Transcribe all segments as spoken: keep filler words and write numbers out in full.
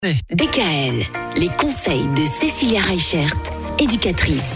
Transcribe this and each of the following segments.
D K L, les conseils de Cécilia Reichert, éducatrice.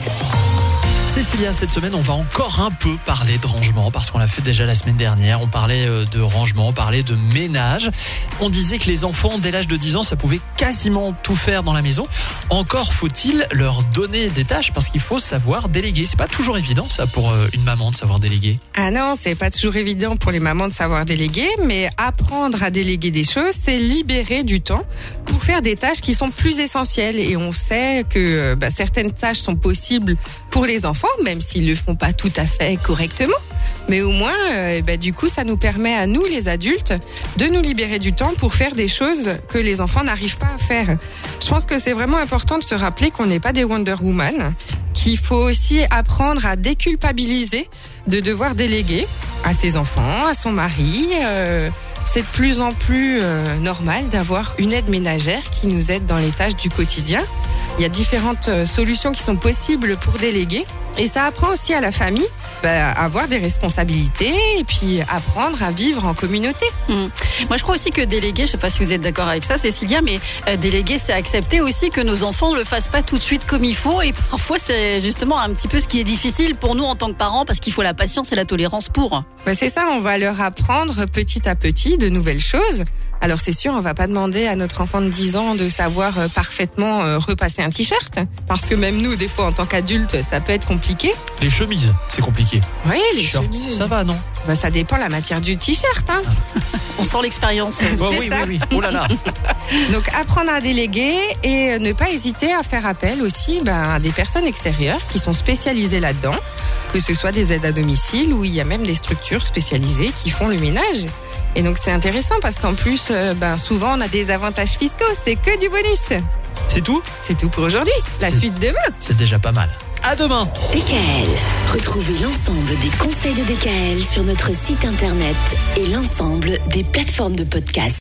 Cécilia, cette semaine, on va encore un peu parler de rangement parce qu'on l'a fait déjà la semaine dernière. On parlait de rangement, on parlait de ménage. On disait que les enfants, dès l'âge de dix ans, ça pouvait quasiment tout faire dans la maison. Encore faut-il leur donner des tâches parce qu'il faut savoir déléguer. C'est pas toujours évident, ça, pour une maman de savoir déléguer. Ah non, c'est pas toujours évident pour les mamans de savoir déléguer, mais apprendre à déléguer des choses, c'est libérer du temps pour faire des tâches qui sont plus essentielles. Et on sait que bah, certaines tâches sont possibles pour les enfants, même s'ils le font pas tout à fait correctement. Mais au moins, euh, bah, du coup, ça nous permet à nous, les adultes, de nous libérer du temps pour faire des choses que les enfants n'arrivent pas à faire. Je pense que c'est vraiment important de se rappeler qu'on n'est pas des Wonder Woman, qu'il faut aussi apprendre à déculpabiliser de devoir déléguer à ses enfants, à son mari. Euh, c'est de plus en plus euh, normal d'avoir une aide ménagère qui nous aide dans les tâches du quotidien. Il y a différentes solutions qui sont possibles pour déléguer. Et ça apprend aussi à la famille bah, à avoir des responsabilités et puis apprendre à vivre en communauté. Mmh. Moi, je crois aussi que déléguer, je ne sais pas si vous êtes d'accord avec ça, Cécilia, mais euh, déléguer, c'est accepter aussi que nos enfants ne le fassent pas tout de suite comme il faut. Et parfois, c'est justement un petit peu ce qui est difficile pour nous en tant que parents parce qu'il faut la patience et la tolérance pour. Bah, c'est ça, on va leur apprendre petit à petit de nouvelles choses. Alors c'est sûr, on va pas demander à notre enfant de dix ans de savoir euh, parfaitement euh, repasser un t-shirt, parce que même nous, des fois, en tant qu'adultes, ça peut être compliqué. Les chemises, c'est compliqué. Oui, les Shorts, chemises. ça va, non? Bah, ça dépend la matière du t-shirt. Hein. On sent l'expérience. Oh, C'est oui, ça. oui, oui. Oh là là. Donc apprendre à déléguer et ne pas hésiter à faire appel aussi ben, à des personnes extérieures qui sont spécialisées là-dedans, que ce soit des aides à domicile ou il y a même des structures spécialisées qui font le ménage. Et donc c'est intéressant parce qu'en plus, euh, ben, souvent on a des avantages fiscaux, c'est que du bonus. C'est tout? C'est tout pour aujourd'hui, la C'est- suite demain. C'est déjà pas mal. À demain. D K L, retrouvez l'ensemble des conseils de D K L sur notre site internet et l'ensemble des plateformes de podcast.